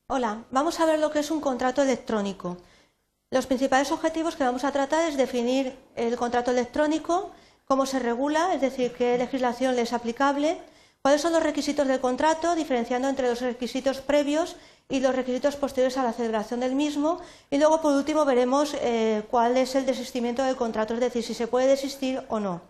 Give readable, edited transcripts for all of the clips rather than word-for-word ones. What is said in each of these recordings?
Hola, vamos a ver lo que es un contrato electrónico. Los principales objetivos que vamos a tratar es definir el contrato electrónico, cómo se regula, es decir, qué legislación le es aplicable, cuáles son los requisitos del contrato, diferenciando entre los requisitos previos y los requisitos posteriores a la celebración del mismo, y luego por último veremos cuál es el desistimiento del contrato, es decir, si se puede desistir o no.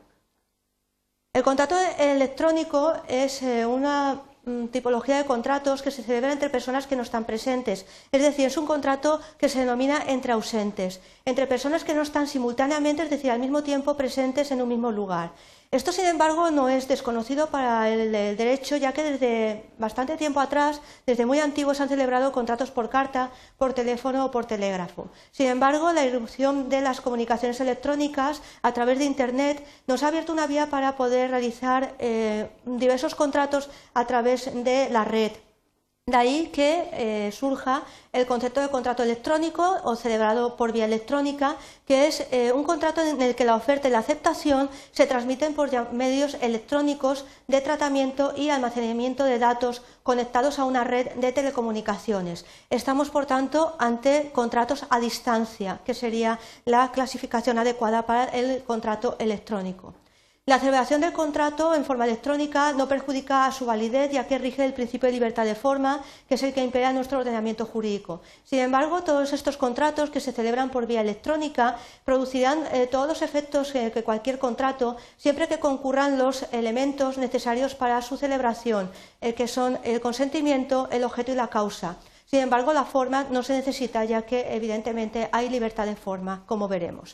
El contrato electrónico es una tipología de contratos que se celebran entre personas que no están presentes, es decir, es un contrato que se denomina entre ausentes, entre personas que no están simultáneamente, es decir, al mismo tiempo presentes en un mismo lugar. Esto, sin embargo, no es desconocido para el derecho, ya que desde bastante tiempo atrás, desde muy antiguo, se han celebrado contratos por carta, por teléfono o por telégrafo. Sin embargo, la irrupción de las comunicaciones electrónicas a través de Internet nos ha abierto una vía para poder realizar diversos contratos a través de la red. De ahí que surja el concepto de contrato electrónico o celebrado por vía electrónica, que es un contrato en el que la oferta y la aceptación se transmiten por medios electrónicos de tratamiento y almacenamiento de datos conectados a una red de telecomunicaciones. Estamos, por tanto, ante contratos a distancia, que sería la clasificación adecuada para el contrato electrónico. La celebración del contrato en forma electrónica no perjudica a su validez, ya que rige el principio de libertad de forma, que es el que impera en nuestro ordenamiento jurídico. Sin embargo, todos estos contratos que se celebran por vía electrónica producirán todos los efectos que cualquier contrato, siempre que concurran los elementos necesarios para su celebración, que son el consentimiento, el objeto y la causa. Sin embargo, la forma no se necesita, ya que evidentemente hay libertad de forma, como veremos.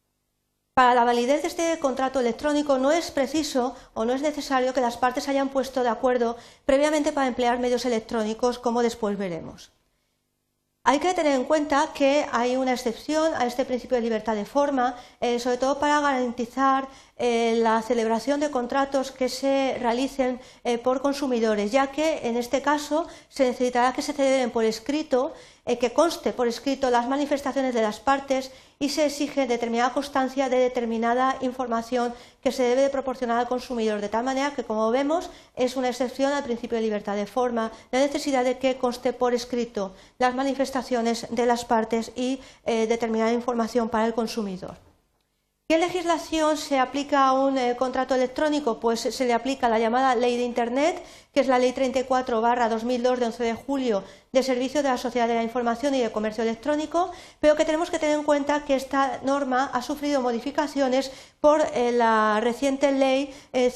Para la validez de este contrato electrónico no es preciso o no es necesario que las partes hayan puesto de acuerdo previamente para emplear medios electrónicos, como después veremos. Hay que tener en cuenta que hay una excepción a este principio de libertad de forma, sobre todo para garantizar la celebración de contratos que se realicen por consumidores, ya que en este caso se necesitará que se celebren por escrito, que conste por escrito las manifestaciones de las partes y se exige determinada constancia de determinada información que se debe de proporcionar al consumidor, de tal manera que, como vemos, es una excepción al principio de libertad de forma, la necesidad de que conste por escrito las manifestaciones de las partes y determinada información para el consumidor. ¿Qué legislación se aplica a un contrato electrónico? Pues se le aplica la llamada Ley de Internet, que es la Ley 34/2002 de 11 de julio de Servicio de la Sociedad de la Información y de Comercio Electrónico, pero que tenemos que tener en cuenta que esta norma ha sufrido modificaciones por la reciente Ley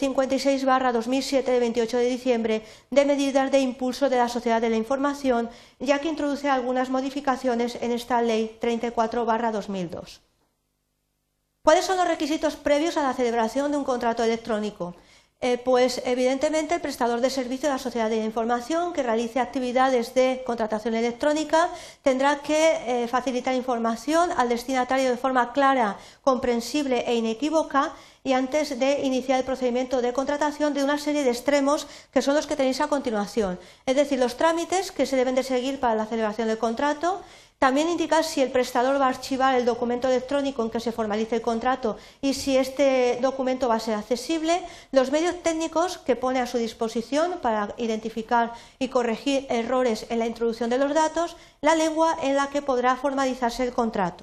56/2007 de 28 de diciembre de medidas de impulso de la Sociedad de la Información, ya que introduce algunas modificaciones en esta Ley 34/2002. ¿Cuáles son los requisitos previos a la celebración de un contrato electrónico? Pues evidentemente el prestador de servicio de la sociedad de la información que realice actividades de contratación electrónica tendrá que facilitar información al destinatario de forma clara, comprensible e inequívoca y antes de iniciar el procedimiento de contratación de una serie de extremos que son los que tenéis a continuación, es decir, los trámites que se deben de seguir para la celebración del contrato. También indicar si el prestador va a archivar el documento electrónico en que se formalice el contrato y si este documento va a ser accesible, los medios técnicos que pone a su disposición para identificar y corregir errores en la introducción de los datos, la lengua en la que podrá formalizarse el contrato.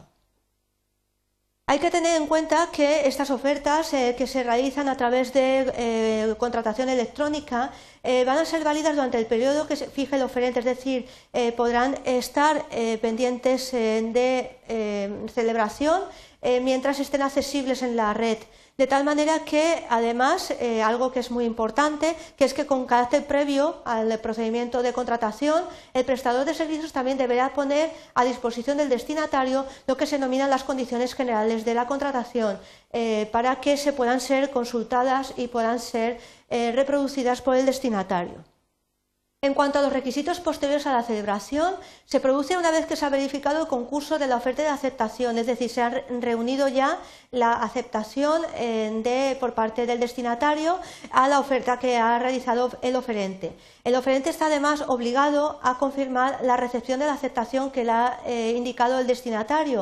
Hay que tener en cuenta que estas ofertas que se realizan a través de contratación electrónica van a ser válidas durante el periodo que fije el oferente, es decir, podrán estar pendientes de celebración mientras estén accesibles en la red. De tal manera que, además, algo que es muy importante, que es que con carácter previo al procedimiento de contratación, el prestador de servicios también deberá poner a disposición del destinatario lo que se denominan las condiciones generales de la contratación, para que se puedan ser consultadas y puedan ser reproducidas por el destinatario. En cuanto a los requisitos posteriores a la celebración, se produce una vez que se ha verificado el concurso de la oferta de aceptación, es decir, se ha reunido ya la aceptación por parte del destinatario a la oferta que ha realizado el oferente. El oferente está además obligado a confirmar la recepción de la aceptación que le ha indicado el destinatario,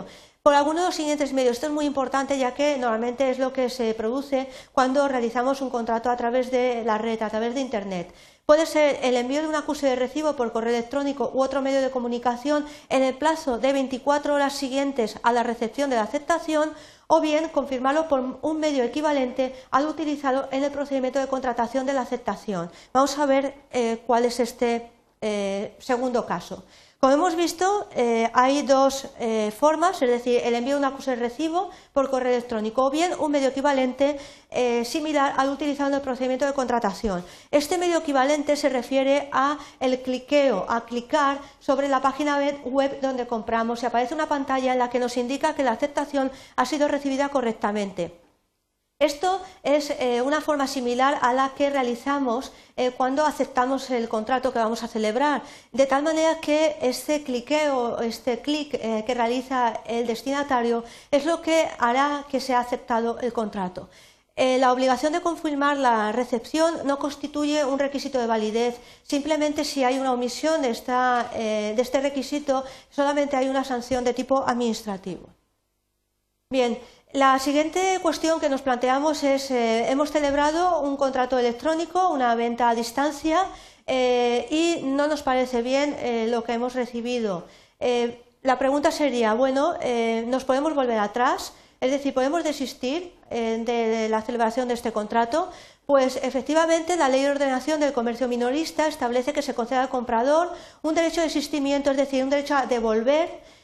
por alguno de los siguientes medios. Esto es muy importante, ya que normalmente es lo que se produce cuando realizamos un contrato a través de la red, a través de Internet. Puede ser el envío de un acuse de recibo por correo electrónico u otro medio de comunicación en el plazo de 24 horas siguientes a la recepción de la aceptación, o bien confirmarlo por un medio equivalente al utilizado en el procedimiento de contratación de la aceptación. Vamos a ver cuál es este segundo caso. Como hemos visto, hay dos formas, es decir, el envío de un acuse de recibo por correo electrónico o bien un medio equivalente similar al utilizado en el procedimiento de contratación. Este medio equivalente se refiere a el cliqueo, a clicar sobre la página web donde compramos y aparece una pantalla en la que nos indica que la aceptación ha sido recibida correctamente. Esto es una forma similar a la que realizamos cuando aceptamos el contrato que vamos a celebrar, de tal manera que este cliqueo, este clic que realiza el destinatario es lo que hará que sea aceptado el contrato. La obligación de confirmar la recepción no constituye un requisito de validez, simplemente si hay una omisión de este requisito, solamente hay una sanción de tipo administrativo. Bien. La siguiente cuestión que nos planteamos es, hemos celebrado un contrato electrónico, una venta a distancia, y no nos parece bien lo que hemos recibido. La pregunta sería, bueno, ¿nos podemos volver atrás? Es decir, ¿podemos desistir de la celebración de este contrato? Pues efectivamente la Ley de Ordenación del Comercio Minorista establece que se concede al comprador un derecho de desistimiento, es decir, un derecho a devolver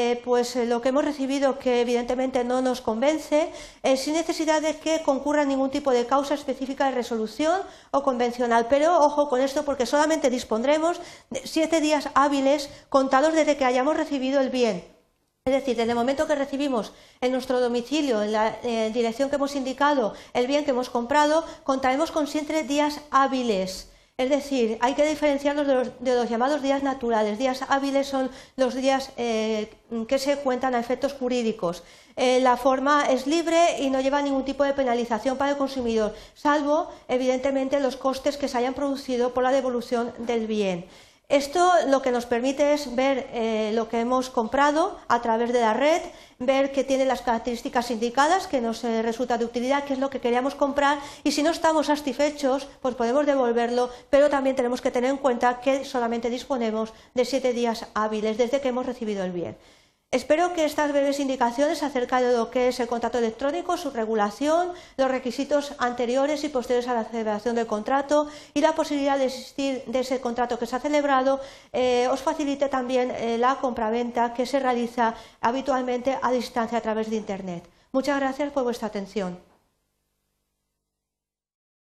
lo que hemos recibido, que evidentemente no nos convence, sin necesidad de que concurra ningún tipo de causa específica de resolución o convencional. Pero ojo con esto, porque solamente dispondremos de 7 días hábiles contados desde que hayamos recibido el bien. Es decir, desde el momento que recibimos en nuestro domicilio, en la dirección que hemos indicado, el bien que hemos comprado, contaremos con 7 días hábiles. Es decir, hay que diferenciarlos de los llamados días naturales. Días hábiles son los días que se cuentan a efectos jurídicos. La forma es libre y no lleva ningún tipo de penalización para el consumidor, salvo, evidentemente, los costes que se hayan producido por la devolución del bien. Esto lo que nos permite es ver lo que hemos comprado a través de la red, ver que tiene las características indicadas, que nos resulta de utilidad, que es lo que queríamos comprar, y si no estamos satisfechos, pues podemos devolverlo, pero también tenemos que tener en cuenta que solamente disponemos de 7 días hábiles desde que hemos recibido el bien. Espero que estas breves indicaciones acerca de lo que es el contrato electrónico, su regulación, los requisitos anteriores y posteriores a la celebración del contrato y la posibilidad de desistir de ese contrato que se ha celebrado, os facilite también la compraventa que se realiza habitualmente a distancia a través de Internet. Muchas gracias por vuestra atención.